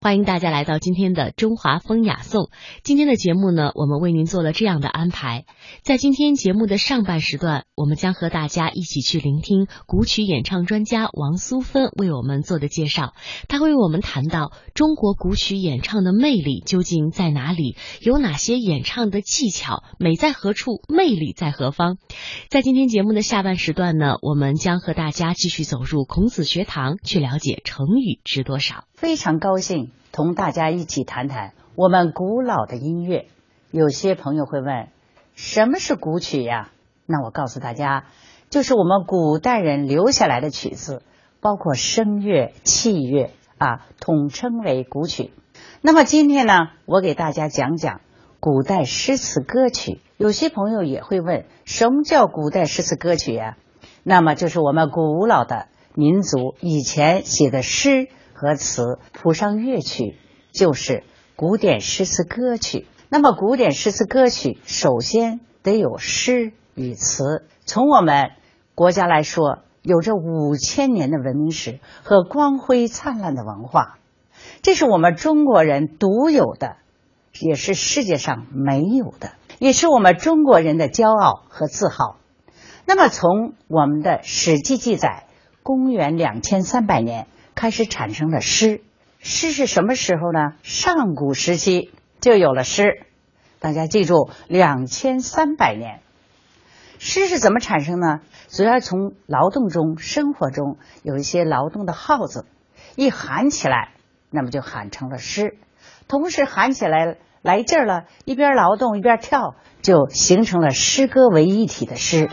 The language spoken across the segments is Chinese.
欢迎大家来到今天的中华风雅颂。今天的节目呢，我们为您做了这样的安排。在今天节目的上半时段，我们将和大家一起去聆听古曲演唱专家王苏芬为我们做的介绍。他会为我们谈到中国古曲演唱的魅力究竟在哪里，有哪些演唱的技巧，美在何处，魅力在何方。在今天节目的下半时段呢，我们将和大家继续走入孔子学堂，去了解成语知多少。 非常高兴同大家一起谈谈我们古老的音乐。有些朋友会问，什么是古曲呀？那我告诉大家，就是我们古代人留下来的曲子，包括声乐、器乐统称为古曲。那么今天呢，我给大家讲讲古代诗词歌曲。有些朋友也会问，什么叫古代诗词歌曲呀？那么就是我们古老的民族以前写的诗和词谱上乐曲，就是古典诗词歌曲。那么古典诗词歌曲首先得有诗与词。从我们国家来说，有着5000年的文明史和光辉灿烂的文化，这是我们中国人独有的，也是世界上没有的，也是我们中国人的骄傲和自豪。那么从我们的史记记载，公元2300年开始产生了诗。诗是什么时候呢？上古时期就有了诗。大家记住，2300年。诗是怎么产生呢？主要从劳动中、生活中有一些劳动的号子，一喊起来，那么就喊成了诗。同时喊起来来劲儿了，一边劳动一边跳，就形成了诗歌为一体的诗。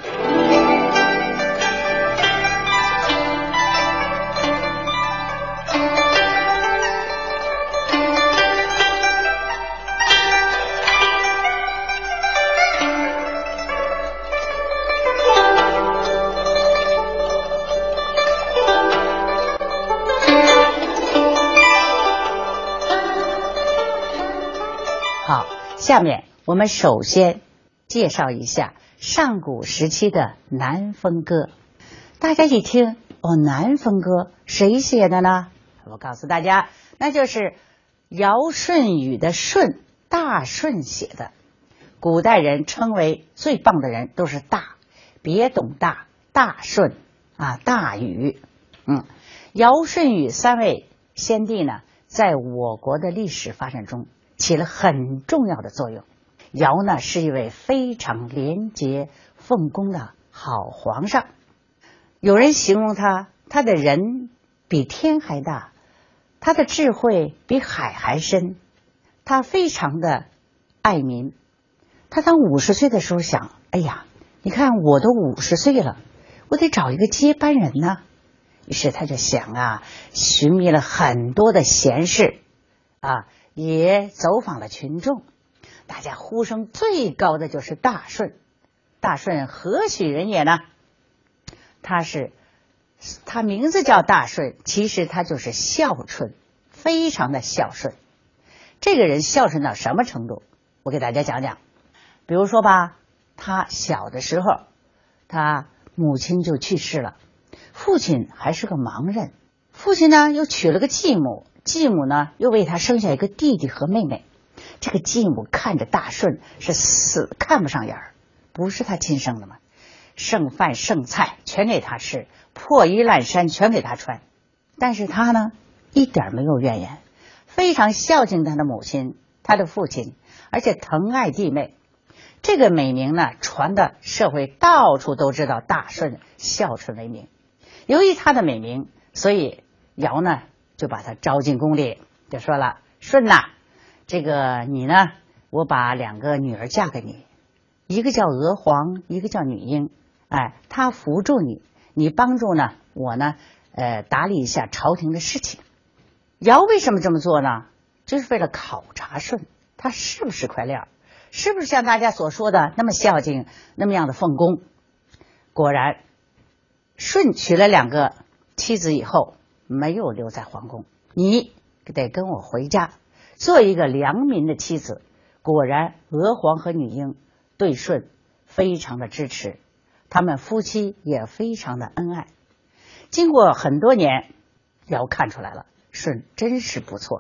好，下面我们首先介绍一下上古时期的南风歌。大家一听，南风歌谁写的呢？我告诉大家，那就是尧舜禹的舜，大舜写的。古代人称为最棒的人都是大，别董大、大舜大禹。尧舜禹3位先帝呢，在我国的历史发展中起了很重要的作用。尧呢，是一位非常廉洁奉公的好皇上。有人形容他的人比天还大，他的智慧比海还深，他非常的爱民。他当50岁的时候想，哎呀，你看我都50岁了，我得找一个接班人呢。于是他就想寻觅了很多的贤士也走访了群众。大家呼声最高的就是大舜。大舜何许人也呢？他名字叫大舜，其实他就是孝顺，非常的孝顺。这个人孝顺到什么程度？我给大家讲讲。比如说他小的时候，他母亲就去世了，父亲还是个盲人，父亲呢又娶了个继母，继母呢又为他生下一个弟弟和妹妹。这个继母看着大舜是死看不上眼儿，不是他亲生的吗？剩饭剩菜全给他吃，破衣烂衫全给他穿。但是他呢，一点没有怨言，非常孝敬他的母亲，他的父亲，而且疼爱弟妹。这个美名呢，传的社会到处都知道大舜孝顺为名。由于他的美名，所以尧呢就把他招进宫里，就说了：舜这个你呢，我把2个女儿嫁给你，一个叫娥皇，一个叫女英。她扶助你，你帮助呢我呢打理一下朝廷的事情。尧为什么这么做呢？就是为了考察舜，他是不是块料，是不是像大家所说的那么孝敬，那么样的奉公。果然舜娶了2个妻子以后，没有留在皇宫，你得跟我回家做一个良民的妻子。果然娥皇和女英对舜非常的支持，他们夫妻也非常的恩爱。经过很多年，尧看出来了，舜真是不错，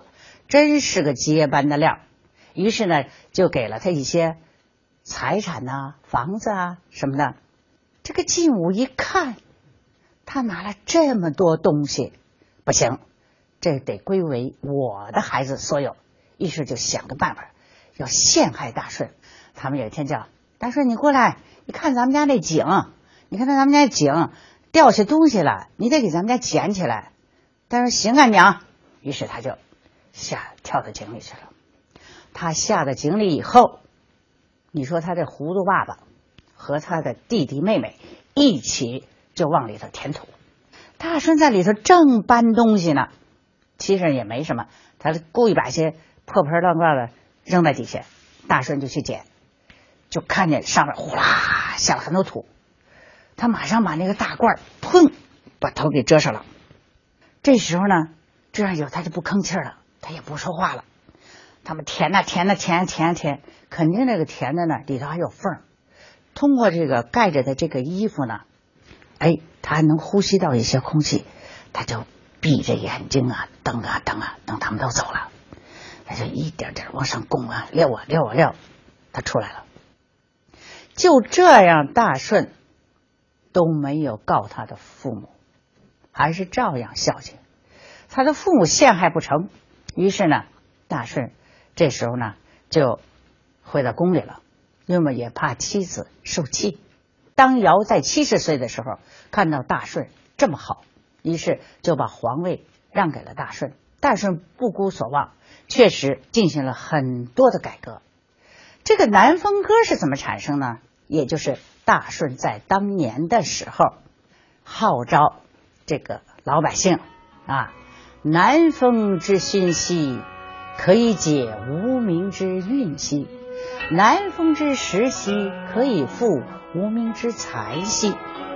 真是个接班的料。于是呢，就给了他一些财产呐、房子啊什么的。这个晋武一看，他拿了这么多东西，不行，这得归为我的孩子所有。于是就想个办法，要陷害大顺。他们有一天叫大顺，你过来，你看咱们家那井，你看咱们家井掉下东西了，你得给咱们家捡起来。他说行啊娘。于是他就跳到井里去了。他下到井里以后，你说他这糊涂爸爸和他的弟弟妹妹一起就往里头填土。大顺在里头正搬东西呢，其实也没什么，他故意把一些破盆乱罐的扔在底下，大顺就去捡，就看见上面呼啦下了很多土，他马上把那个大罐砰把头给遮上了。这时候呢，这样有他就不吭气了，他也不说话了。他们填呐填，肯定这个填的呢里头还有缝，通过这个盖着的这个衣服呢，他还能呼吸到一些空气，他就闭着眼睛啊，等他们都走了，他就一点点往上拱啊，撂，他出来了。就这样，大顺都没有告他的父母，还是照样孝敬。他的父母陷害不成，于是呢，大顺这时候呢就回到宫里了，因为也怕妻子受气。当尧在70岁的时候，看到大顺这么好，于是就把皇位让给了大顺。大顺不孤所望，确实进行了很多的改革。这个南风歌是怎么产生呢？也就是大顺在当年的时候号召这个老百姓啊，南风之熏兮，可以解无名之运兮；南风之时兮，可以复无名之财兮。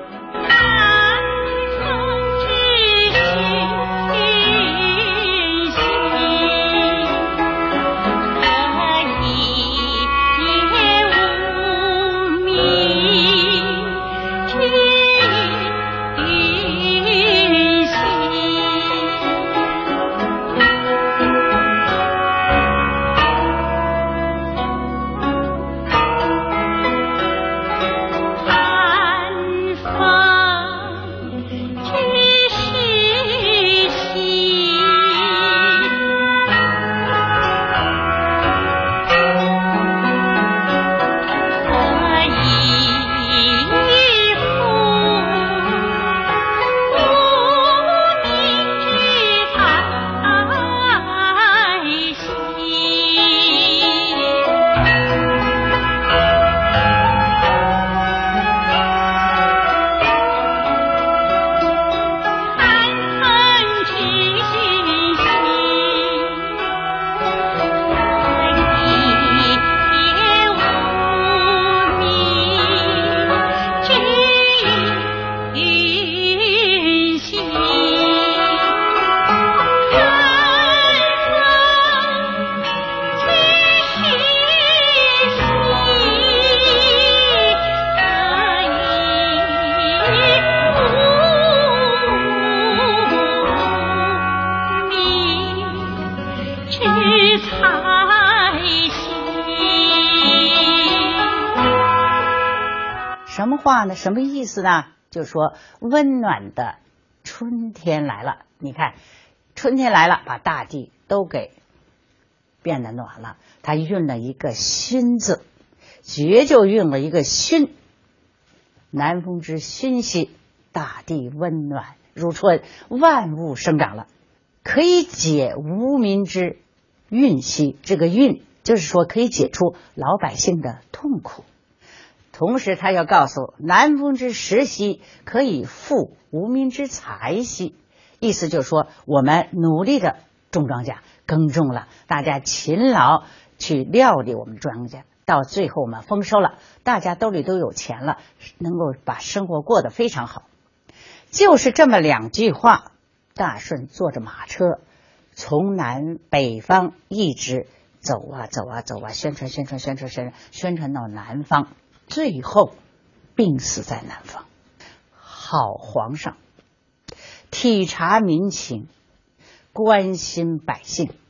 什么话呢？什么意思呢？就说温暖的春天来了。你看，春天来了，把大地都给变得暖了。他运了一个熏字，绝就运了一个熏。南风之熏兮，大地温暖如春，万物生长了，可以解无民之运兮。这个运就是说可以解除老百姓的痛苦。同时他要告诉南风之时兮，可以复无民之财兮。意思就是说我们努力的种庄稼耕种了，大家勤劳去料理我们庄稼，到最后我们丰收了，大家兜里都有钱了，能够把生活过得非常好。就是这么2句话，大顺坐着马车从北方一直走啊，宣传到南方，最后病死在南方。好皇上，体察民情，关心百姓，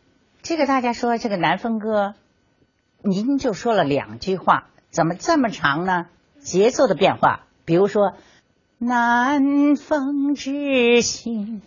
这个大家说这个南风歌，您就说了2句话，怎么这么长呢？节奏的变化，比如说南风知讯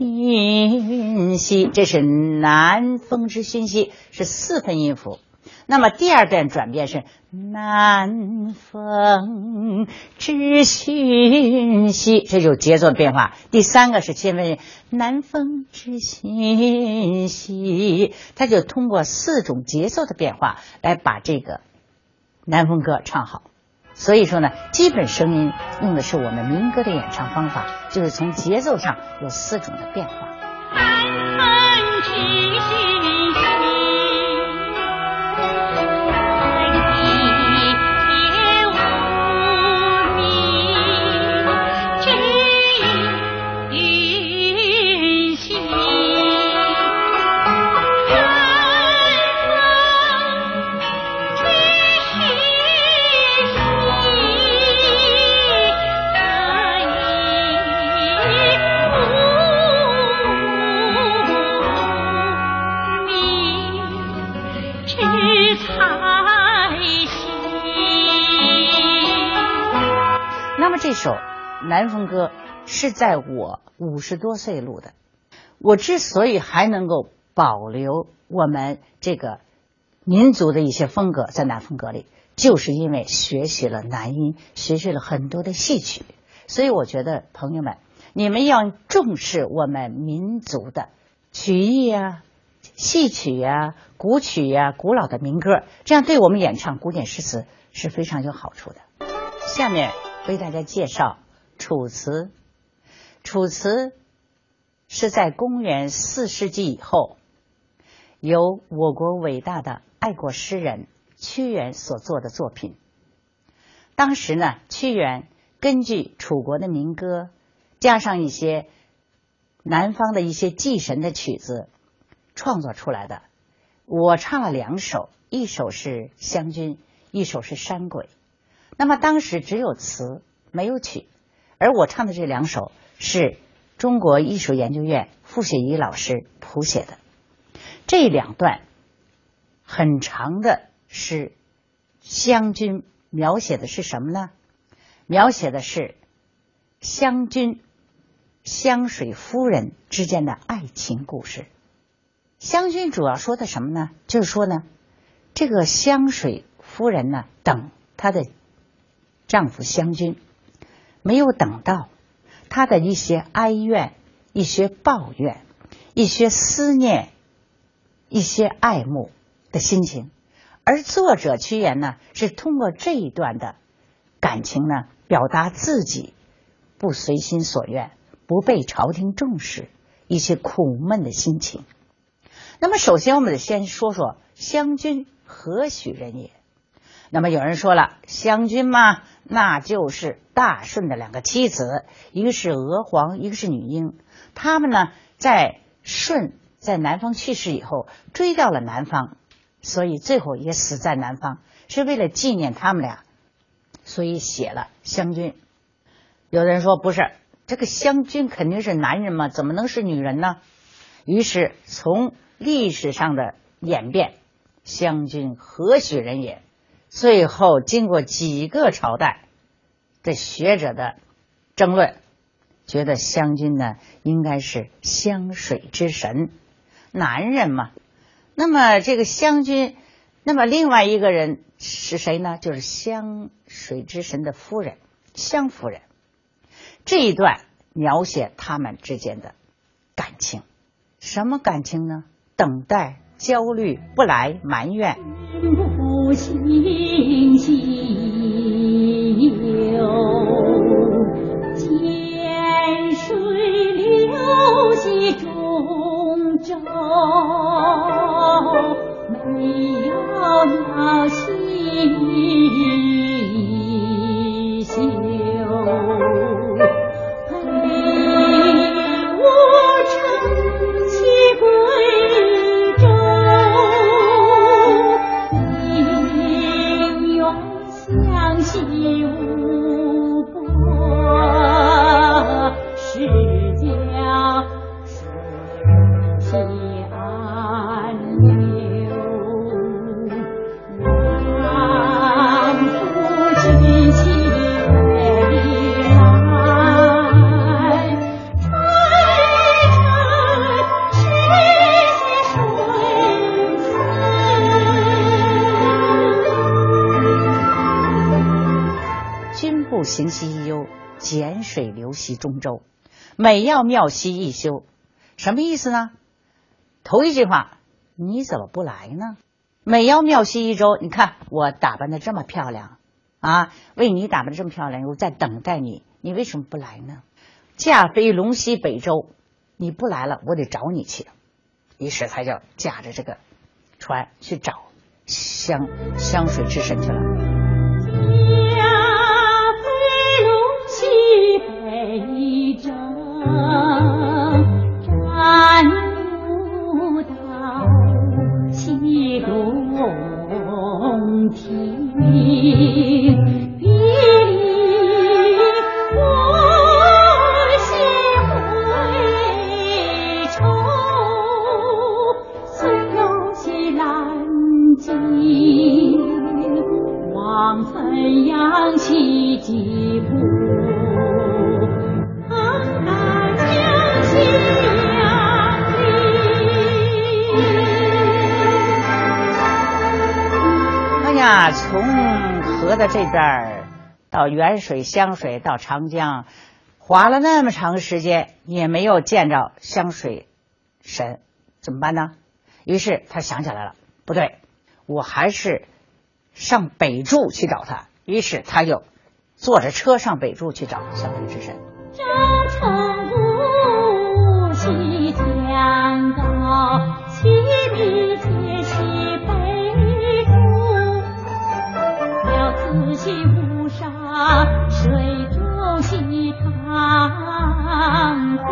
息，这是南风知讯息，是4分音符。那么第2遍转变是南风知讯息，这就是节奏的变化。第3个是7分音，南风知讯息，它就通过4种节奏的变化来把这个南风歌唱好。所以说呢，基本声音用的是我们民歌的演唱方法，就是从节奏上有4种的变化。 南风知讯息， 那么这首南风歌是在我50多岁录的。我之所以还能够保留我们这个民族的一些风格在南风歌里，就是因为学习了南音，学习了很多的戏曲。所以我觉得朋友们，你们要重视我们民族的曲艺啊、戏曲啊、古曲啊、古老的民歌，这样对我们演唱古典诗词是非常有好处的。下面为大家介绍楚辞。楚辞是在公元4世纪以后，由我国伟大的爱国诗人屈原所作的作品。当时呢，屈原根据楚国的民歌，加上一些南方的一些祭神的曲子创作出来的。我唱了2首，一首是《湘君》，一首是《山鬼》。那么当时只有词没有曲，而我唱的这2首是中国艺术研究院傅雪怡老师谱写的。这2段很长的诗，《湘君》描写的是什么呢？描写的是湘君、湘水夫人之间的爱情故事。湘君主要说的什么呢？就是说呢，这个湘水夫人呢，等她的丈夫湘君，没有等到，她的一些哀怨、一些抱怨、一些思念、一些爱慕的心情。而作者屈原呢，是通过这一段的感情呢，表达自己不随心所愿、不被朝廷重视、一些苦闷的心情。那么首先我们得先说说湘君何许人也。那么有人说了，湘君嘛，那就是大舜的2个妻子，一个是娥皇，一个是女英。他们呢，在舜在南方去世以后，追到了南方，所以最后也死在南方，是为了纪念他们俩，所以写了湘君。有的人说不是，这个湘君肯定是男人嘛，怎么能是女人呢？于是从历史上的演变，湘君何许人也？最后经过几个朝代的学者的争论，觉得湘君呢应该是湘水之神，男人嘛。那么这个湘君，那么另外一个人是谁呢？就是湘水之神的夫人，湘夫人。这一段描写他们之间的感情。什么感情呢？等待、焦虑、不来、埋怨。 不心西游，涧水流溪中洲，没有鸟细修。是江水天。 行兮一忧，碱水流兮中州。每要妙兮一休。什么意思呢？头一句话，你怎么不来呢？每要妙兮一周，你看我打扮的这么漂亮啊，为你打扮的这么漂亮，我在等待你，你为什么不来呢？驾飞龙兮北周，你不来了，我得找你去。于是他就驾着这个船去找香水之神去了。 驾飞龙兮北周，战无道，西东庭，比邻我心回愁，虽有些难尽，望分扬其疾步。 从河的这边到沅水、湘水到长江，花了那么长时间也没有见着湘水神，怎么办呢？于是他想起来了，不对，我还是上北柱去找他。于是他就坐着车上北柱去找湘水之神。 朝城无西天高，其地皆是北柱。了此心无上，水中西堂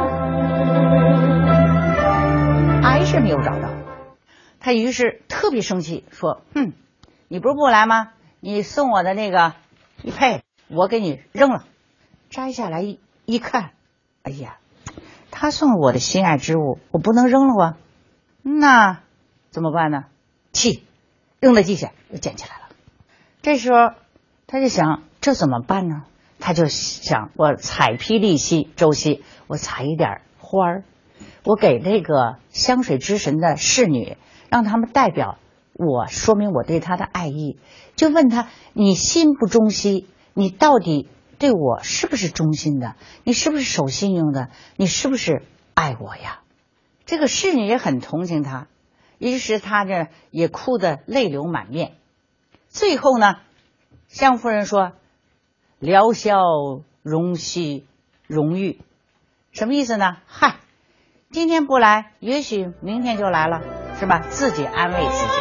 还是没有找到。他于是特别生气，说：你不是不来吗？你送我的那个玉佩我给你扔了。摘下来一看，哎呀，他送我的心爱之物我不能扔了啊，那怎么办呢？气扔在地下又捡起来了。这时候他就想，这怎么办呢？他就想，我采披利兮周兮，我采一点花儿，我给这个湘水之神的侍女，让他们代表我，说明我对他的爱意。就问他，你心不忠兮，你到底对我是不是忠心的？你是不是守信用的？你是不是爱我呀？这个侍女也很同情他，于是他这也哭得泪流满面。最后呢，湘夫人说：疗效荣兮荣誉，什么意思呢？嗨，今天不来，也许明天就来了，是吧？自己安慰自己。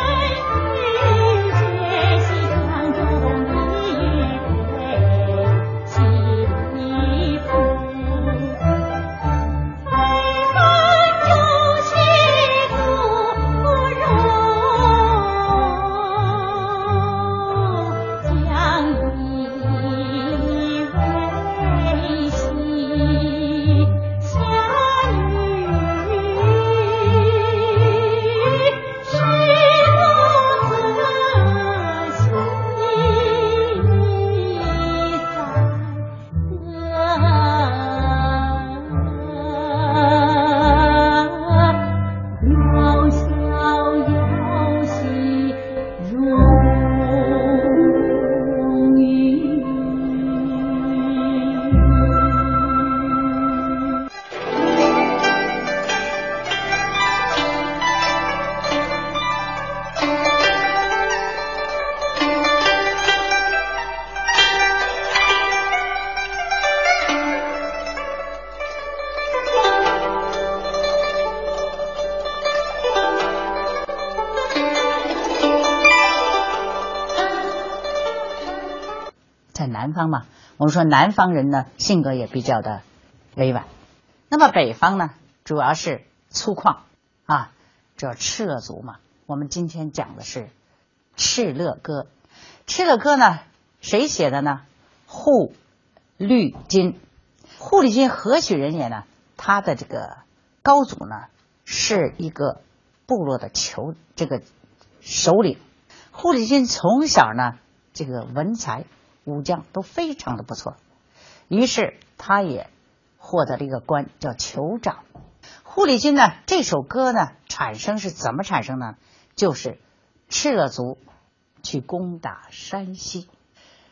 南方嘛，我们说南方人呢性格也比较的委婉，那么北方呢主要是粗犷啊，这敕勒族嘛。我们今天讲的是敕勒歌。敕勒歌呢谁写的呢？户律金。户律金何许人也呢？他的这个高祖呢是一个部落的这个首领。户律金从小呢这个文才武将都非常的不错，于是他也获得了一个官叫酋长。户律金呢这首歌呢产生是怎么产生呢？就是敕勒族去攻打山西，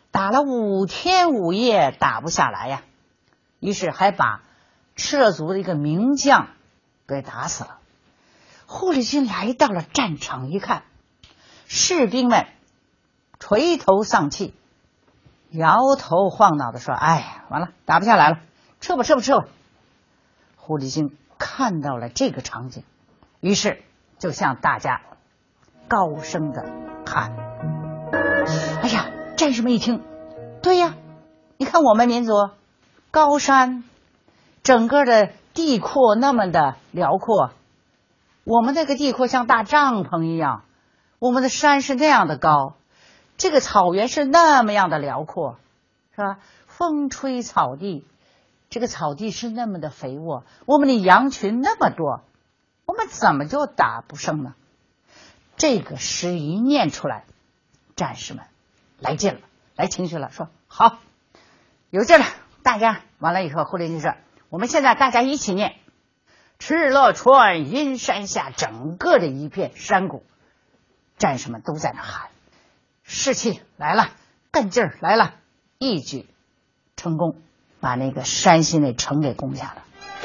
打了5天5夜打不下来呀，于是还把赤足的一个名将给打死了。护理军来到了战场一看，士兵们垂头丧气，摇头晃脑的说：“哎，完了，打不下来了，撤吧。”护理军看到了这个场景，于是就向大家高声的喊：“哎呀！”战士们一听，对呀，你看我们民族高山，整个的地阔那么的辽阔，我们这个地阔像大帐篷一样，我们的山是那样的高，这个草原是那么样的辽阔，是吧？风吹草地，这个草地是那么的肥沃，我们的羊群那么多，我们怎么就打不胜呢？这个诗一念出来，战士们来劲了，来情绪了，说好，有劲了，大家完了以后，护理军说，我们现在大家一起念：敕勒川，阴山下，整个的一片山谷，战士们都在那喊，士气来了，干劲儿来了，一举成功，把那个山西那城给攻下了。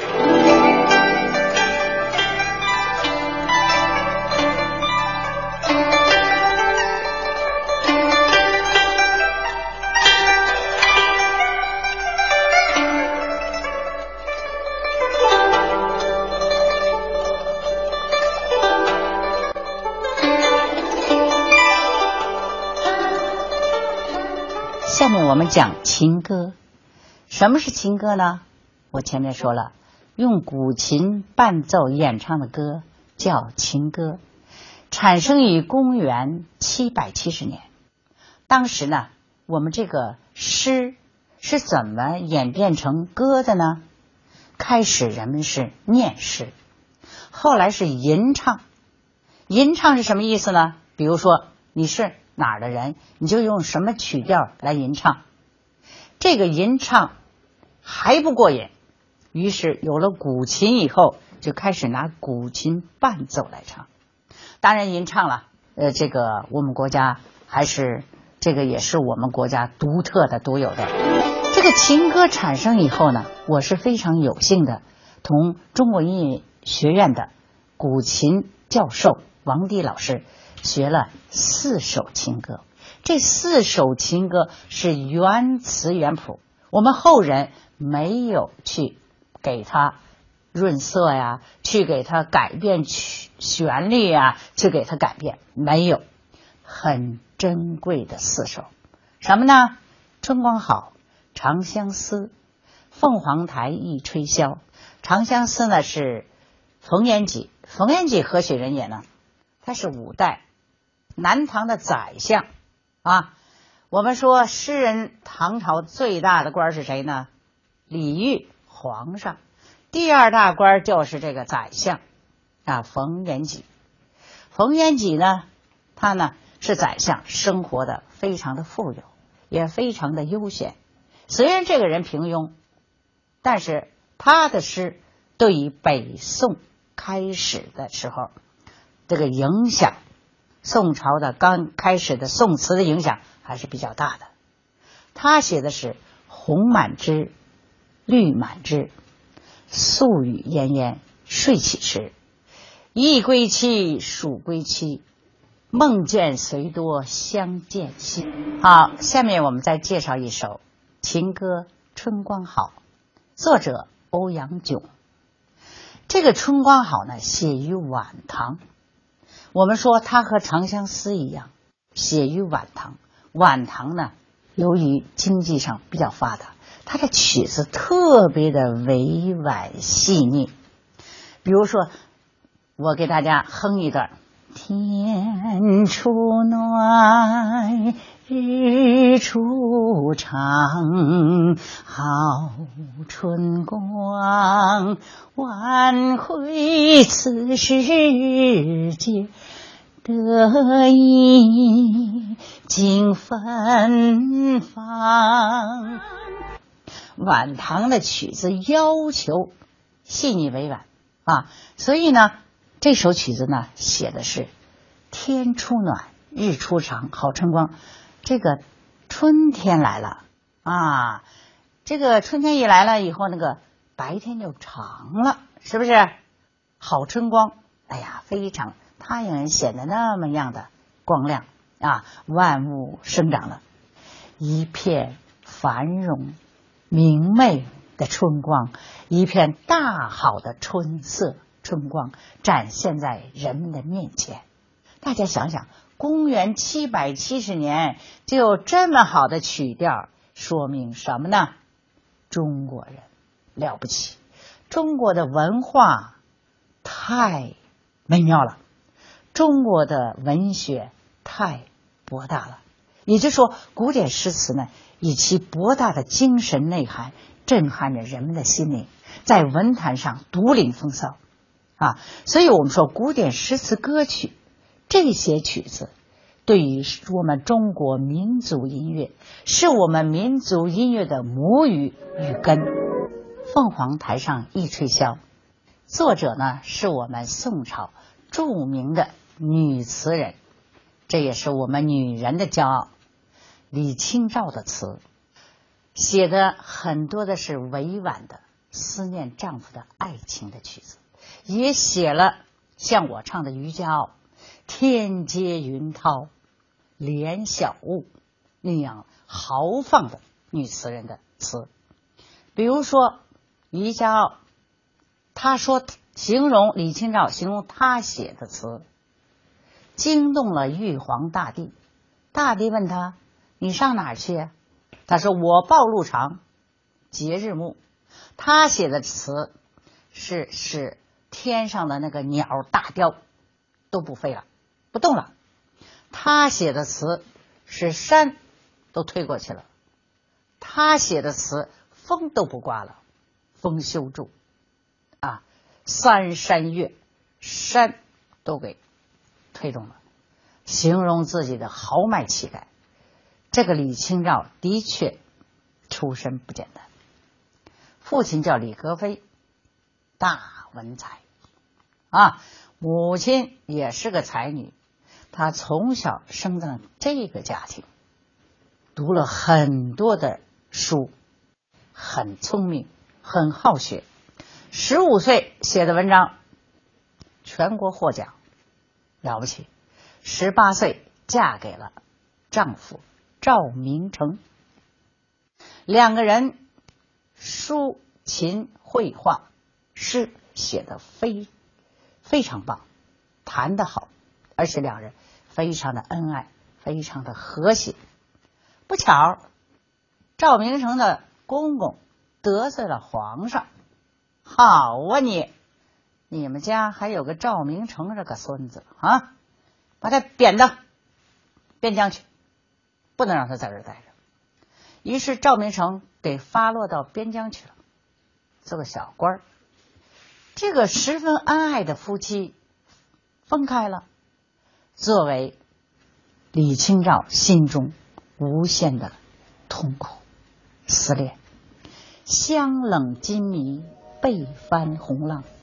下面我们讲情歌。什么是情歌呢？我前面说了，用古琴伴奏演唱的歌叫情歌，产生于公元770年。当时呢，我们这个诗是怎么演变成歌的呢？开始人们是念诗，后来是吟唱。吟唱是什么意思呢？比如说你是哪儿的人，你就用什么曲调来吟唱。这个吟唱还不过瘾，于是有了古琴以后，就开始拿古琴伴奏来唱。当然吟唱了，这个我们国家还是这个也是我们国家独特的独有的。这个情歌产生以后呢，我是非常有幸的同中国音乐学院的古琴教授王迪老师学了4首情歌。这4首情歌是原词原谱，我们后人没有去给它润色呀，去给它改变旋律呀，去给它改变，没有，很珍贵的4首。什么呢？春光好，长相思，凤凰台一吹箫。长相思呢是冯延己，冯延己何许人也呢？他是5代南唐的宰相啊。我们说诗人唐朝最大的官是谁呢？李煜，皇上。第2大官就是这个宰相啊，冯延己。冯延己呢，他呢是宰相，生活的非常的富有，也非常的悠闲。虽然这个人平庸，但是他的诗对于北宋开始的时候这个影响，宋朝的刚开始的宋词的影响还是比较大的。他写的是红满枝，绿满枝，宿雨奄奄，睡起时，忆归期，属归期，梦见虽多相见兮。好，下面我们再介绍一首情歌《春光好》，作者欧阳炯。这个《春光好》呢，写于晚唐。我们说它和《长相思》一样，写于晚唐。晚唐呢，由于经济上比较发达，它的曲子特别的委婉细腻。比如说，我给大家哼一段：天初暖，日初长，好春光，万会此时节，得意尽芬芳。晚唐的曲子要求细腻委婉啊，所以呢，这首曲子呢写的是天初暖，日初长，好春光。这个春天来了啊，这个春天一来了以后，那个白天就长了，是不是？好春光，哎呀，非常太阳显得那么样的光亮啊，万物生长了，一片繁荣明媚的春光，一片大好的春色春光展现在人们的面前。大家想想，公元770年就有这么好的曲调，说明什么呢？中国人了不起，中国的文化太美妙了，中国的文学太博大了。也就是说，古典诗词呢，以其博大的精神内涵，震撼着人们的心灵，在文坛上独领风骚啊。所以我们说，古典诗词歌曲这些曲子，对于我们中国民族音乐，是我们民族音乐的母语与根。凤凰台上一吹箫，作者呢是我们宋朝著名的女词人，这也是我们女人的骄傲。李清照的词写的很多的是委婉的思念丈夫的爱情的曲子，也写了像我唱的《渔家傲》天阶云涛怜小物那样豪放的女词人的词。比如说《渔家傲》，他说形容李清照，形容他写的词，惊动了玉皇大帝。大帝问他，你上哪儿去？他说，我报路长，节日暮。他写的词是使天上的那个鸟大雕都不飞了，不动了。他写的词使山都推过去了。他写的词风都不刮了，风休住啊，三山月，山都给推动了，形容自己的豪迈气概。这个李清照的确出身不简单，父亲叫李格非，大文才啊，母亲也是个才女。她从小生在这个家庭，读了很多的书，很聪明，很好学。15岁写的文章全国获奖，了不起。18岁嫁给了丈夫赵明诚，两个人书琴绘画诗写得非常棒，弹得好，而且两人非常的恩爱，非常的和谐。不巧，赵明诚的公公得罪了皇上。好啊你们家还有个赵明诚这个孙子啊，把他贬到边疆去，不能让他在这儿待着。于是赵明诚给发落到边疆去了，做个小官儿。这个十分恩爱的夫妻分开了，作为李清照心中无限的痛苦思恋。香冷金迷，被翻红浪。